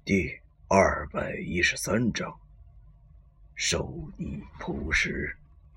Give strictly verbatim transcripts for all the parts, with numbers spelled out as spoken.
第二百一十三章，受益朴实。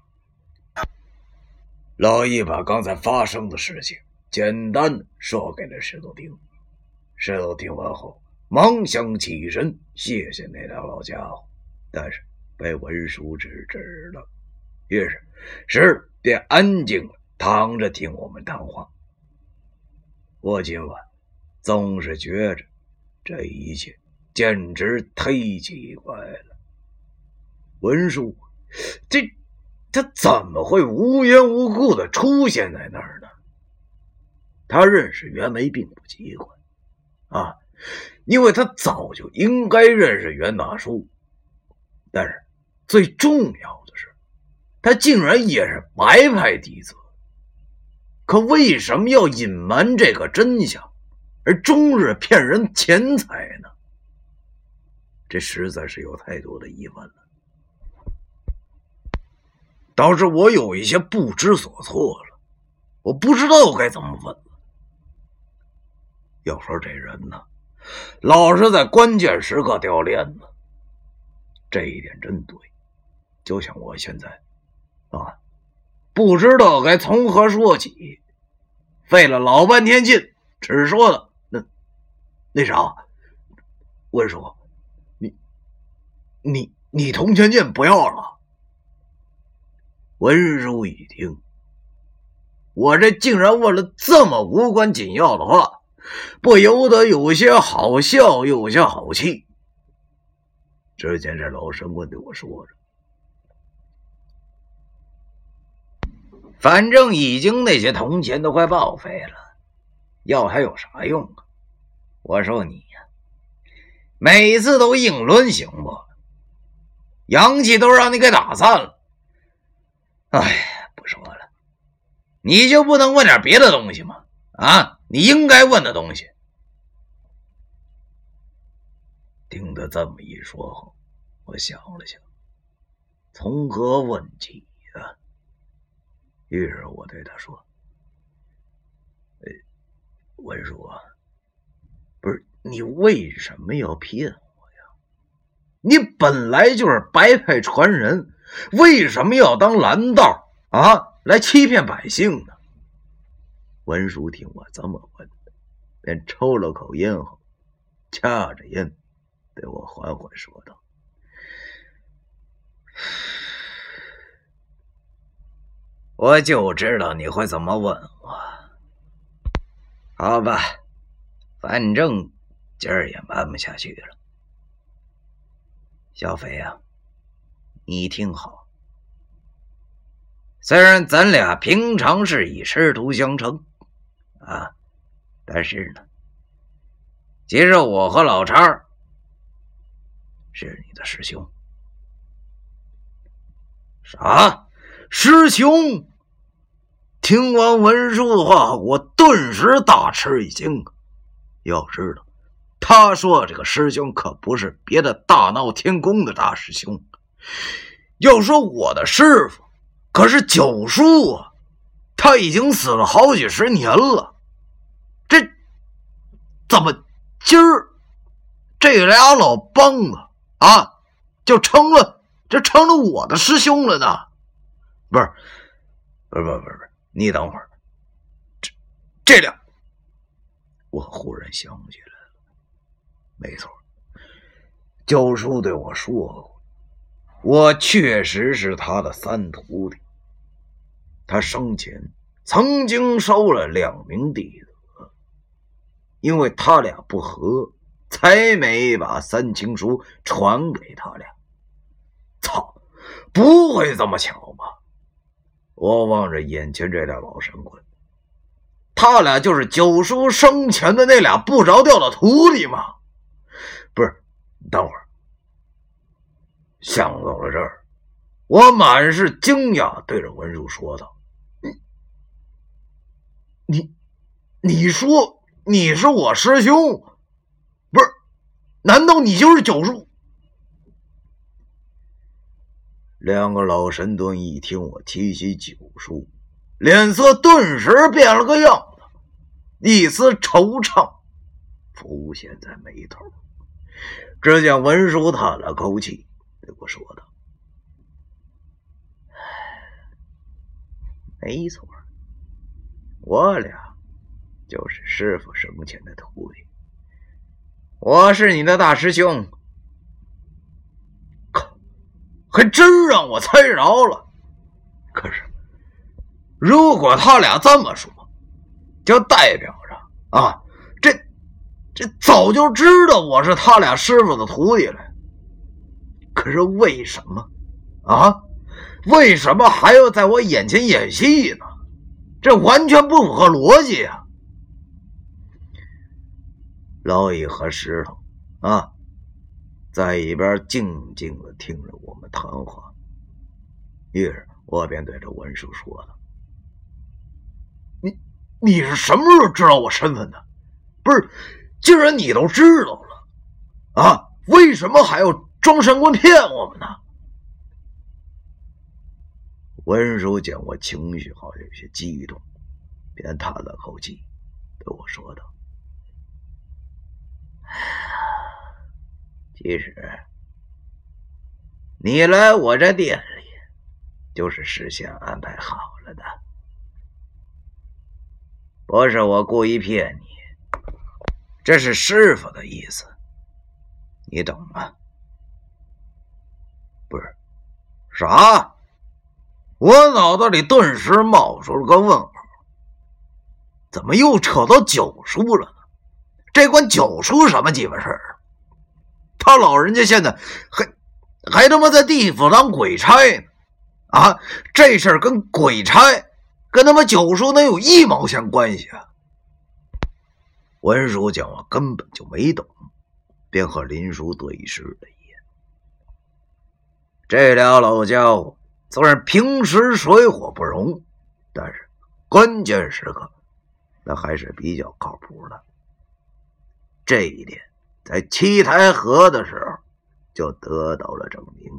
老易把刚才发生的事情简单说给了石头听。石头听完后忙想起身谢谢那俩老家伙，但是被文书制止了。于是石便安静地躺着听我们谈话。我今晚总是觉着这一切简直忒奇怪了。文书这他怎么会无缘无故的出现在那儿呢？他认识袁枚并不奇怪啊，因为他早就应该认识袁大叔。但是最重要的是，他竟然也是白派弟子。可为什么要隐瞒这个真相，而终日骗人钱财呢？这实在是有太多的疑问了，导致我有一些不知所措了。我不知道该怎么问了。要说这人呢，老是在关键时刻掉链子，这一点真对。就像我现在啊，不知道该从何说起，费了老半天劲，只说了那那啥，文叔，你你你铜钱剑不要了。文叔一听，我这竟然问了这么无关紧要的话，不由得有些好笑，又有些好气。只见这老神棍对我说着，反正已经那些铜钱都快报废了，要还有啥用啊？我说你呀、啊，每次都硬抡行不？阳气都让你给打散了。哎呀，不说了，你就不能问点别的东西吗？啊，你应该问的东西。听他这么一说后，我想了想，从何问起啊？于是我对他说：“呃，文叔啊，不是你为什么要骗我呀？你本来就是白派传人，为什么要当蓝道啊，来欺骗百姓呢？”文叔听我这么问，便抽了口烟后，掐着烟对我缓缓说道：“我就知道你会这么问我。好吧，反正今儿也瞒不下去了。小飞啊，你听好，虽然咱俩平常是以师徒相称啊，但是呢，其实我和老叉是你的师兄。”啥？师兄？听完文叔的话，我顿时大吃一惊。要知道，他说这个师兄可不是别的大闹天宫的大师兄，要说我的师傅可是九叔啊，他已经死了好几十年了。这怎么今儿这俩老帮子啊，就成了这成了我的师兄了呢？不是，不是，不是，不是，你等会儿，这这俩，我忽然想起来了，没错，九叔对我说过，我确实是他的三徒弟，他生前曾经收了两名弟子，因为他俩不和，才没把三清书传给他俩。操，不会这么巧吧？我望着眼前这俩老神棍，他俩就是九叔生前的那俩不着调的徒弟吗？不是，等会儿。想到了这儿，我满是惊讶，对着文叔说道：“你，你说你是我师兄，不是？难道你就是九叔？”两个老神盾一听我提起九叔，脸色顿时变了个样子，一丝惆怅浮现在眉头。 只见文叔叹了口气，对我说道：“没错，我俩就是师傅生前的徒弟。我是你的大师兄。”靠，还真让我猜着了。可是如果他俩这么说，就代表着啊，这这早就知道我是他俩师傅的徒弟了。可是为什么啊？为什么还要在我眼前演戏呢？这完全不符合逻辑啊！老易和石头啊，在一边静静地听着我们谈话。于是我便对着文叔说了：“你你是什么时候知道我身份的？不是，既然你都知道了啊，为什么还要装神棍骗我们呢？”文叔见我情绪好像有些激动，便叹了口气，对我说道：“其实你来我这店里就是事先安排好了的，不是我故意骗你，这是师傅的意思，你懂吗？”“不是，啥？”我脑袋里顿时冒出了个问号，怎么又扯到九叔了呢？这关九叔什么鸡巴事儿？他老人家现在还还他妈在地府当鬼差呢！啊，这事儿跟鬼差跟他妈九叔能有一毛钱关系啊？文叔见我根本就没懂，便和林叔对视了一眼。这俩老家伙虽然平时水火不容，但是关键时刻那还是比较靠谱的。这一点在七台河的时候就得到了证明。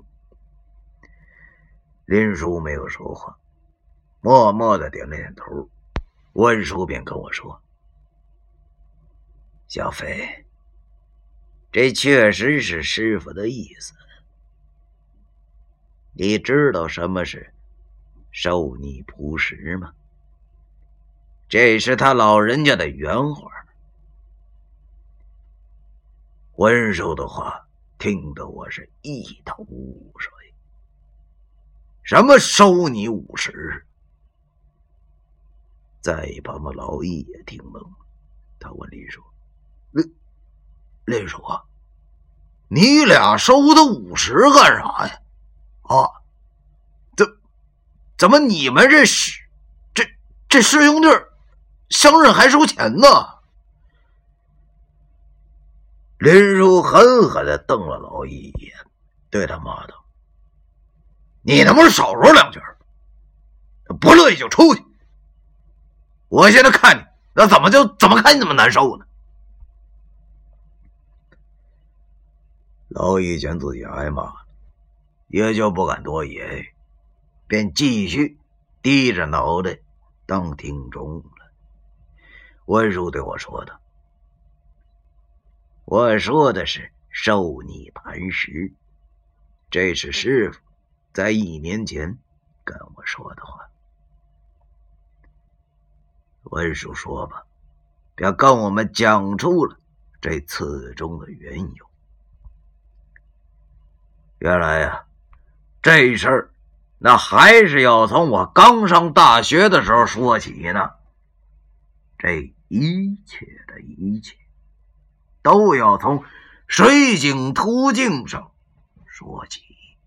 林叔没有说话，默默地点了点头。文叔便跟我说：“小飞，这确实是师傅的意思。你知道什么是受逆朴实吗？这是他老人家的原话。”文叔的话听得我是一头雾水。什么收你五十？在一旁的老易也听懵了，他问林叔：“林林叔啊，你俩收他五十干啥呀？啊，怎怎么你们这师这这师兄弟相认还收钱呢？”林叔狠狠地瞪了老易一眼，对他骂道：“你他妈少说两句，不乐意就出去！我现在看你，那怎么就怎么看你怎么难受呢？”老易见自己挨骂了，也就不敢多言语，便继续低着脑袋当听众了。文叔对我说道：“我说的是受逆磐石，这是师傅在一年前跟我说的话。”文叔说吧，便跟我们讲出了这次中的缘由。原来呀、啊，这事儿那还是要从我刚上大学的时候说起呢。这一切的一切都要从水井途径上说起。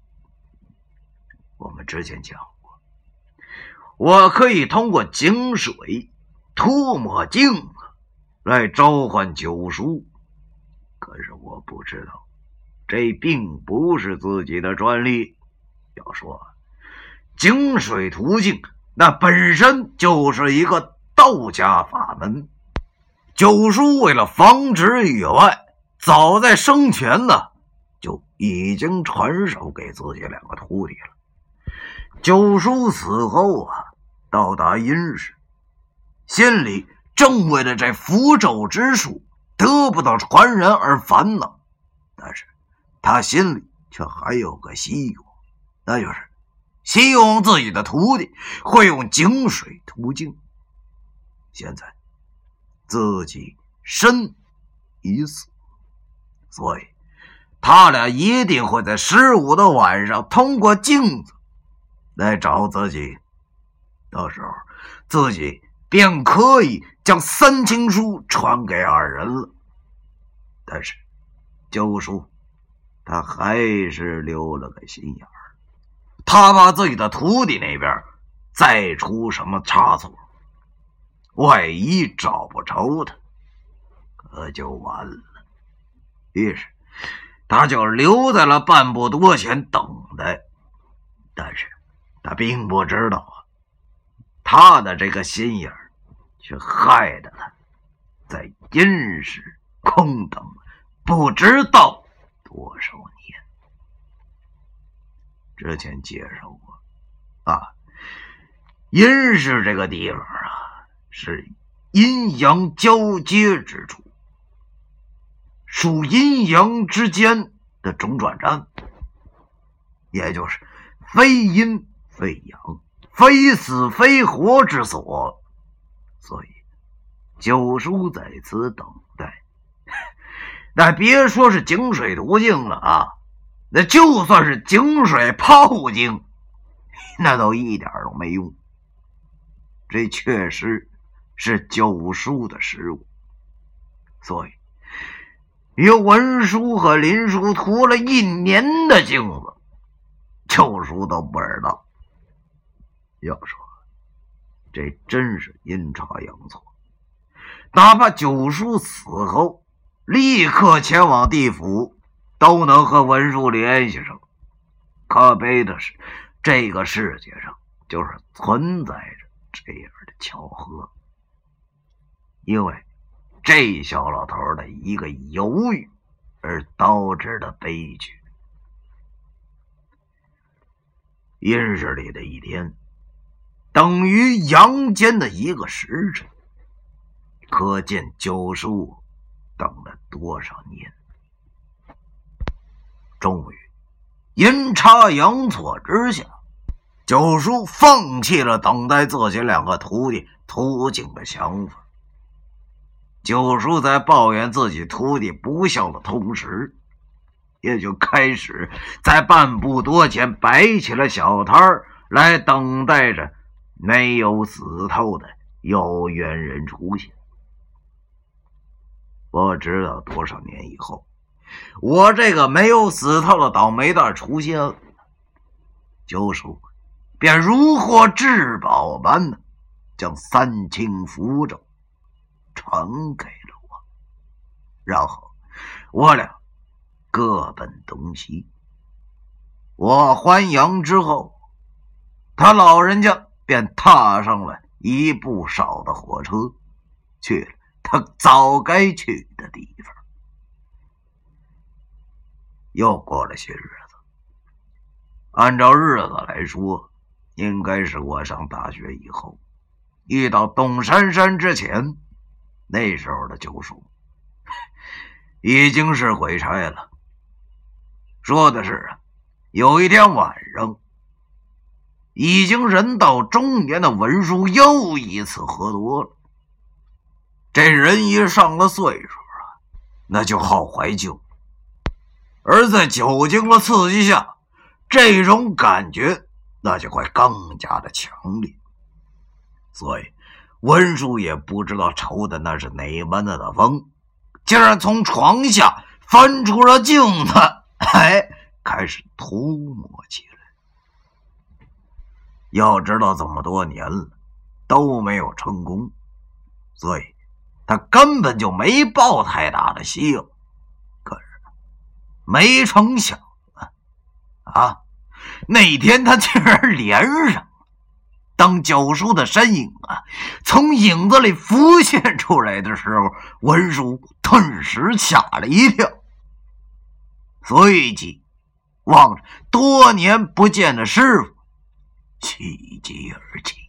我们之前讲过，我可以通过井水涂抹镜子来召唤九叔，可是我不知道这并不是自己的专利。要说井水途径那本身就是一个道家法门，九叔为了防止意外，早在生前呢就已经传授给自己两个徒弟了。九叔死后啊，到达阴世，心里正为了这符咒之术得不到传人而烦恼， 但是他心里却还有个希望，那就是希望自己的徒弟会用井水途径。现在自己身已死，所以他俩一定会在十五的晚上通过镜子来找自己，到时候自己便可以将三情书传给二人了。但是九叔他还是留了个心眼儿，他怕自己的徒弟那边再出什么差错，万一找不着他，可就完了。于是他就留在了半步多前等待。但是他并不知道啊，他的这个心眼儿却害得他在阴世空等不知道多少年。之前介绍过啊，阴世这个地方啊，是阴阳交接之处，属阴阳之间的中转站，也就是非阴非阳，非死非活之所。所以九叔在此等待。那别说是井水途径了啊，那就算是井水泡井，那都一点都没用。这确实是九叔的失误。所以与文叔和林叔涂了一年的镜子，九叔都不知道。要说这真是阴差阳错，哪怕九叔死后立刻前往地府，都能和文叔联系上。可悲的是，这个世界上就是存在着这样的巧合。因为这小老头的一个犹豫而导致的悲剧。阴世里的一天等于阳间的一个时辰，可见九叔等了多少年。终于阴差阳错之下，九叔放弃了等待自己两个徒弟途径的想法。九叔在抱怨自己徒弟不孝的同时，也就开始在半步多前摆起了小摊儿，来等待着没有死透的有缘人出现。不知道多少年以后，我这个没有死透的倒霉蛋出现了，九叔便如获至宝般的将三清符咒传给了我，然后我俩各奔东西。我还阳之后，他老人家便踏上了一步少的火车，去了他早该去的地方。又过了些日子，按照日子来说，应该是我上大学以后，遇到董珊珊之前。那时候的九叔已经是鬼差了。说的是啊，有一天晚上，已经人到中年的文叔又一次喝多了。这人一上了岁数啊，那就好怀旧，而在酒精的刺激下，这种感觉那就会更加的强烈。所以文叔也不知道抽的那是哪门子的风，竟然从床下翻出了镜子，哎，开始涂抹起来。要知道这么多年了都没有成功，所以他根本就没抱太大的希望。可是没成想啊啊那天他竟然连上。当九叔的身影啊从影子里浮现出来的时候，文叔顿时吓了一跳，随即望着多年不见的师傅喜极而泣。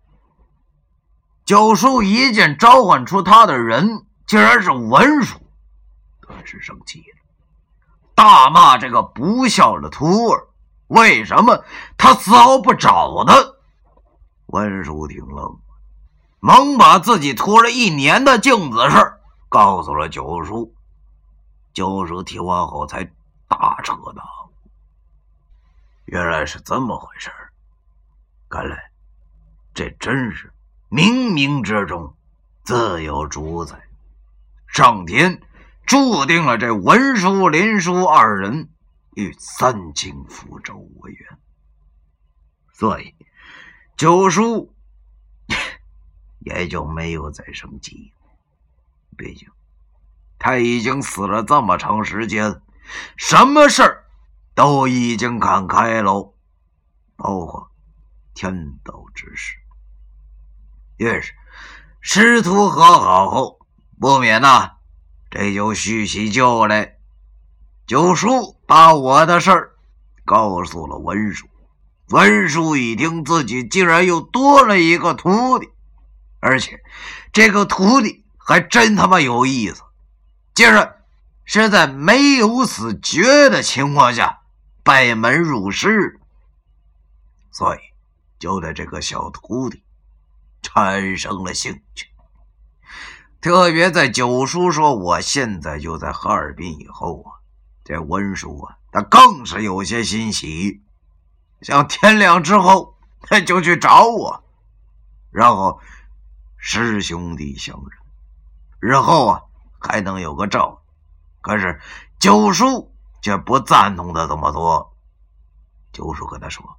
九叔一见召唤出他的人竟然是文叔，顿时生气了， 大骂这个不孝的徒儿，为什么他早不找他？文叔听愣，忙把自己拖了一年的镜子事告诉了九叔。九叔听完后才大彻大悟，原来是这么回事，看来这真是冥冥之中自有主宰，上天注定了这文叔林叔二人与三清符咒无缘，所以九叔也就没有再生气。毕竟他已经死了这么长时间，什么事儿都已经看开喽，包括天道之事。于是师徒和好后，不免呐、啊，这就叙起旧来。九叔把我的事儿告诉了文叔，文叔一听自己竟然又多了一个徒弟，而且这个徒弟还真他妈有意思，竟然是在没有死绝的情况下拜门入室，所以就对这个小徒弟产生了兴趣。特别在九叔说我现在就在哈尔滨以后啊，这文叔啊他更是有些欣喜，想天亮之后他就去找我，然后师兄弟相认，日后啊还能有个照。可是九叔却不赞同他这么做。九叔跟他说，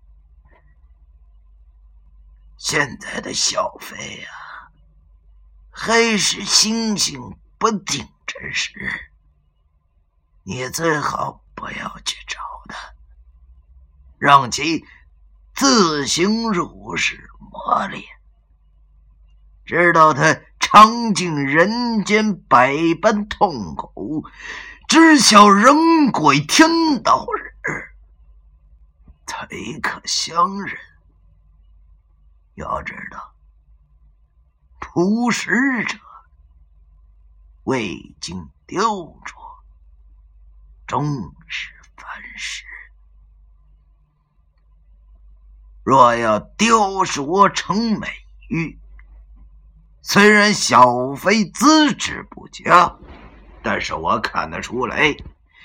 现在的小飞啊还是心性不定之时，你最好不要去找他，让其自行入室磨练，直到他尝尽人间百般痛苦，知晓人鬼天道日，才可相认。要知道，朴实者未经雕琢，终是凡事。若要雕琢成美玉，虽然小妃资质不佳，但是我看得出来，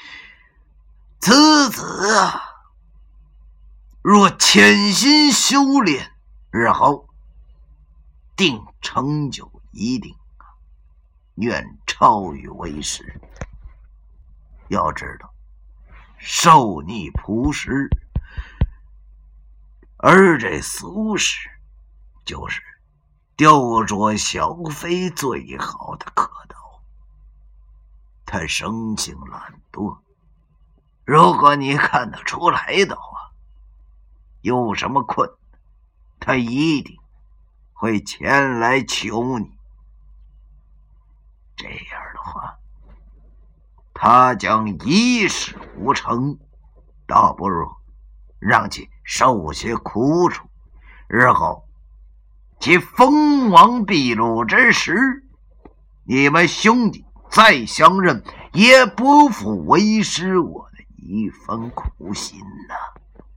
此子啊，若潜心修炼，日后定成就一定，远超于为师。要知道，受逆朴实，而这俗世就是雕琢小妃最好的可道。他生性懒惰，如果你看得出来的话，有什么困难，他一定会前来求你。这样的话，他将一事无成，倒不如让其受些苦楚，日后其锋芒毕露之时，你们兄弟再相认，也不负为师我的一番苦心呐、啊。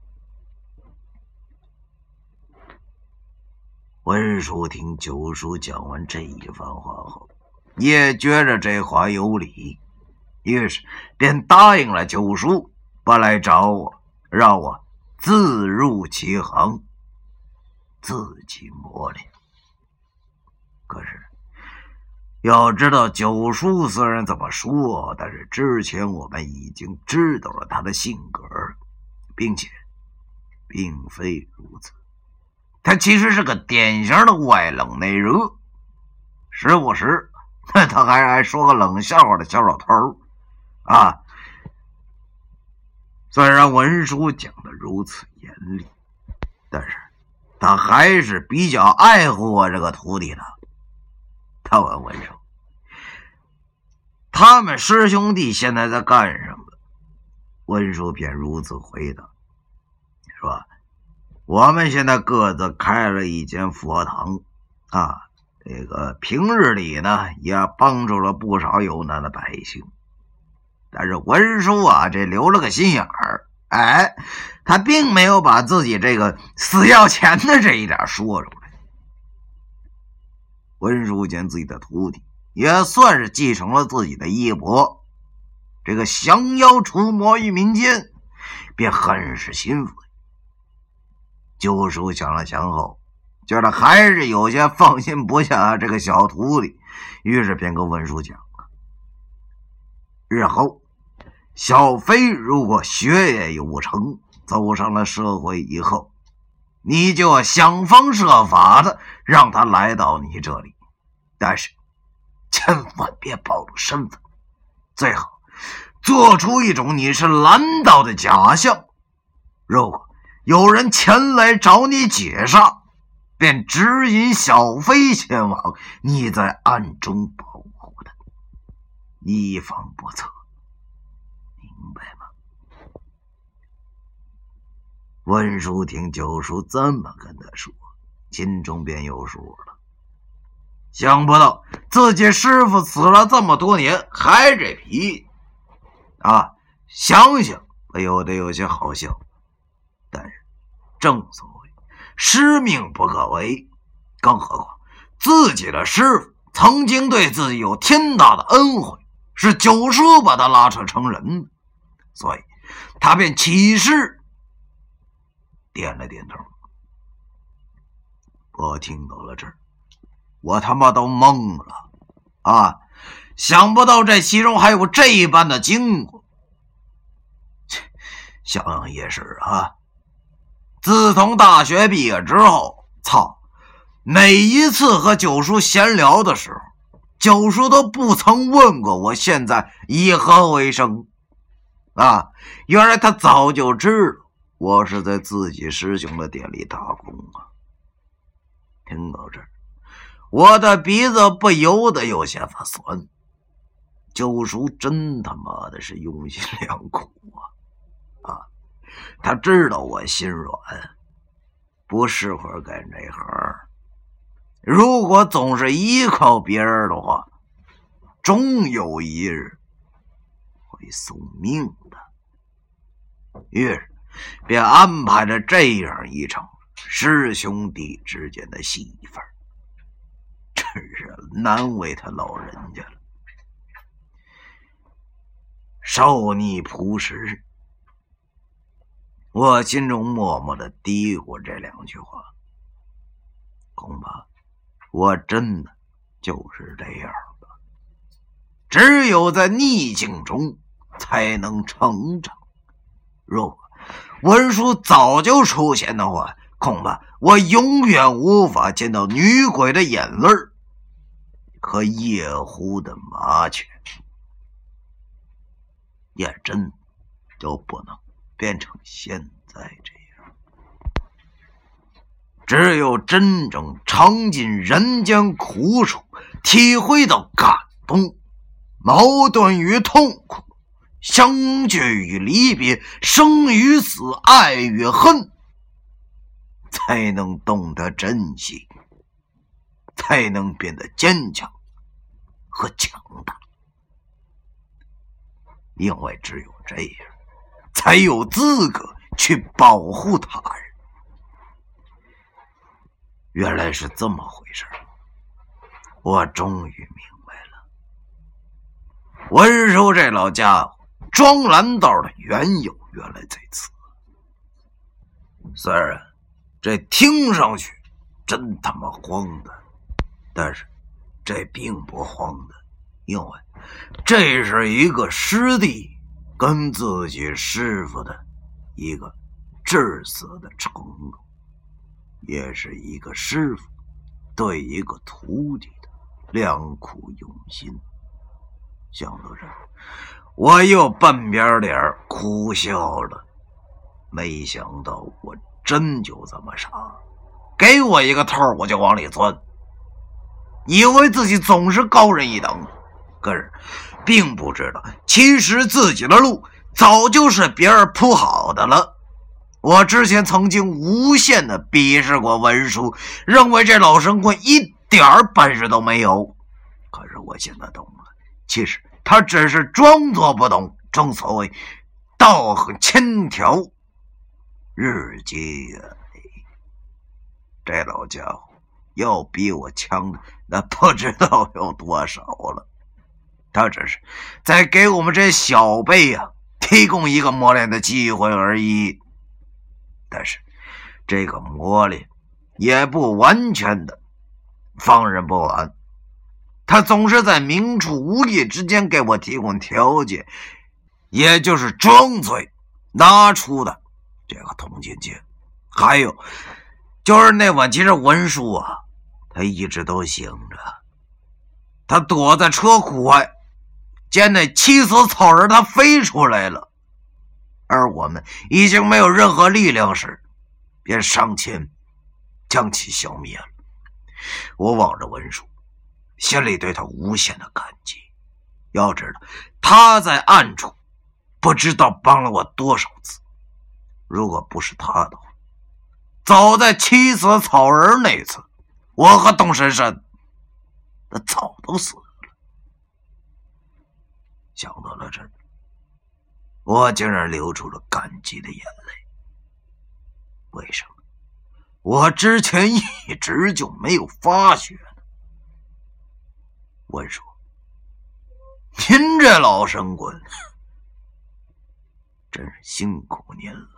文叔听九叔讲完这一番话后，也觉着这话有理，于是便答应了九叔，不来找我，让我自入其行，自己磨练。可是要知道，九叔虽然这么说，但是之前我们已经知道了他的性格，并且并非如此，他其实是个典型的外冷内热，时不时他还爱说个冷笑话的小老头啊。虽然文叔讲的如此严厉，但是他还是比较爱护我这个徒弟的。他问文叔，他们师兄弟现在在干什么？文叔便如此回答，说我们现在各自开了一间佛堂啊，这个平日里呢也帮助了不少有难的百姓，但但是文叔啊，这留了个心眼儿，哎，他并没有把自己这个死要钱的这一点说出来。文叔见自己的徒弟也算是继承了自己的衣钵，这个降妖除魔于民间，便很是欣慰。九叔想了想后，觉得还是有些放心不下这个小徒弟，于是便跟文叔讲了：日后小飞如果学业有成，走上了社会以后，你就要想方设法的让他来到你这里，但是千万别暴露身份，最好做出一种你是蓝道的假象。如果有人前来找你解煞，便指引小飞前往，你在暗中保护他，以防不测，明白吗？文叔听九叔这么跟他说，心中便有数了。想不到自己师父死了这么多年还这脾气啊，想想有的有些好笑，但是正所谓师命不可违，更何况自己的师父曾经对自己有天大的恩惠，是九叔把他拉扯成人的，所以他便起誓点了点头。我听到了这儿，我他妈都懵了啊！想不到这其中还有这般的经过。想想也是啊，自从大学毕业之后，操，每一次和九叔闲聊的时候，九叔都不曾问过我现在以何为生啊！原来他早就知道我是在自己师兄的店里打工啊。听到这儿，我的鼻子不由得有些发酸。九叔真他妈的是用心良苦啊！啊，他知道我心软，不适合干这行。如果总是依靠别人的话，终有一日会送命的。于是便安排了这样一场师兄弟之间的戏份，真是难为他老人家了。受逆朴实，我心中默默地嘀咕这两句话，恐怕我真的就是这样吧。只有在逆境中才能成长。如果文叔早就出现的话，恐怕我永远无法见到女鬼的眼泪和夜壶的麻雀，也真就不能变成现在这样。只有真正尝尽人间苦楚，体会到感动、矛盾与痛苦，相聚与离别，生与死，爱与恨，才能懂得珍惜，才能变得坚强和强大。因为只有这样，才有资格去保护他人。原来是这么回事，我终于明白了。文叔这老家伙装蓝道的缘由原来在此。虽然这听上去真他妈荒诞，但是这并不荒诞，因为这是一个师弟跟自己师傅的一个至死的承诺，也是一个师傅对一个徒弟的良苦用心。想到这儿，我又半边脸苦笑了。没想到我真就这么傻，给我一个头我就往里钻，以为自己总是高人一等，可是并不知道其实自己的路早就是别人铺好的了。我之前曾经无限的鄙视过文叔，认为这老神棍一点本事都没有，可是我现在懂了，其实他只是装作不懂， 正所谓道行千条，日积月累。这老家伙要比我强的那不知道有多少了。他只是在给我们这小辈啊提供一个磨练的机会而已。但是这个磨练也不完全的放任不管，他总是在明处无意之间给我提供条件，也就是装醉拿出的这个通缉券。还有就是那晚其实文书啊他一直都醒着，他躲在车库外，见那七死草人他飞出来了，而我们已经没有任何力量时，便上前将其消灭了。我望着文书，心里对他无限的感激。要知道他在暗处不知道帮了我多少次，如果不是他的话，早在七死草人那次，我和董婶婶那早都死了。想到了这，我竟然流出了感激的眼泪。为什么我之前一直就没有发觉呢？文说，您这老神棍真是辛苦您了。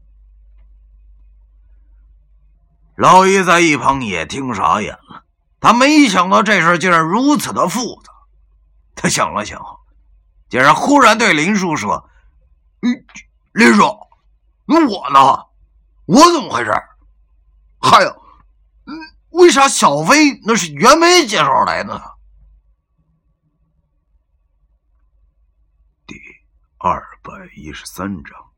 老姨在一旁也听傻眼了，他没想到这事竟然如此的复杂。他想了想，竟然忽然对林叔说：“嗯，林叔，我呢？我怎么回事？还有，嗯，为啥小飞那是袁梅介绍来的呢？”第二百一十三章。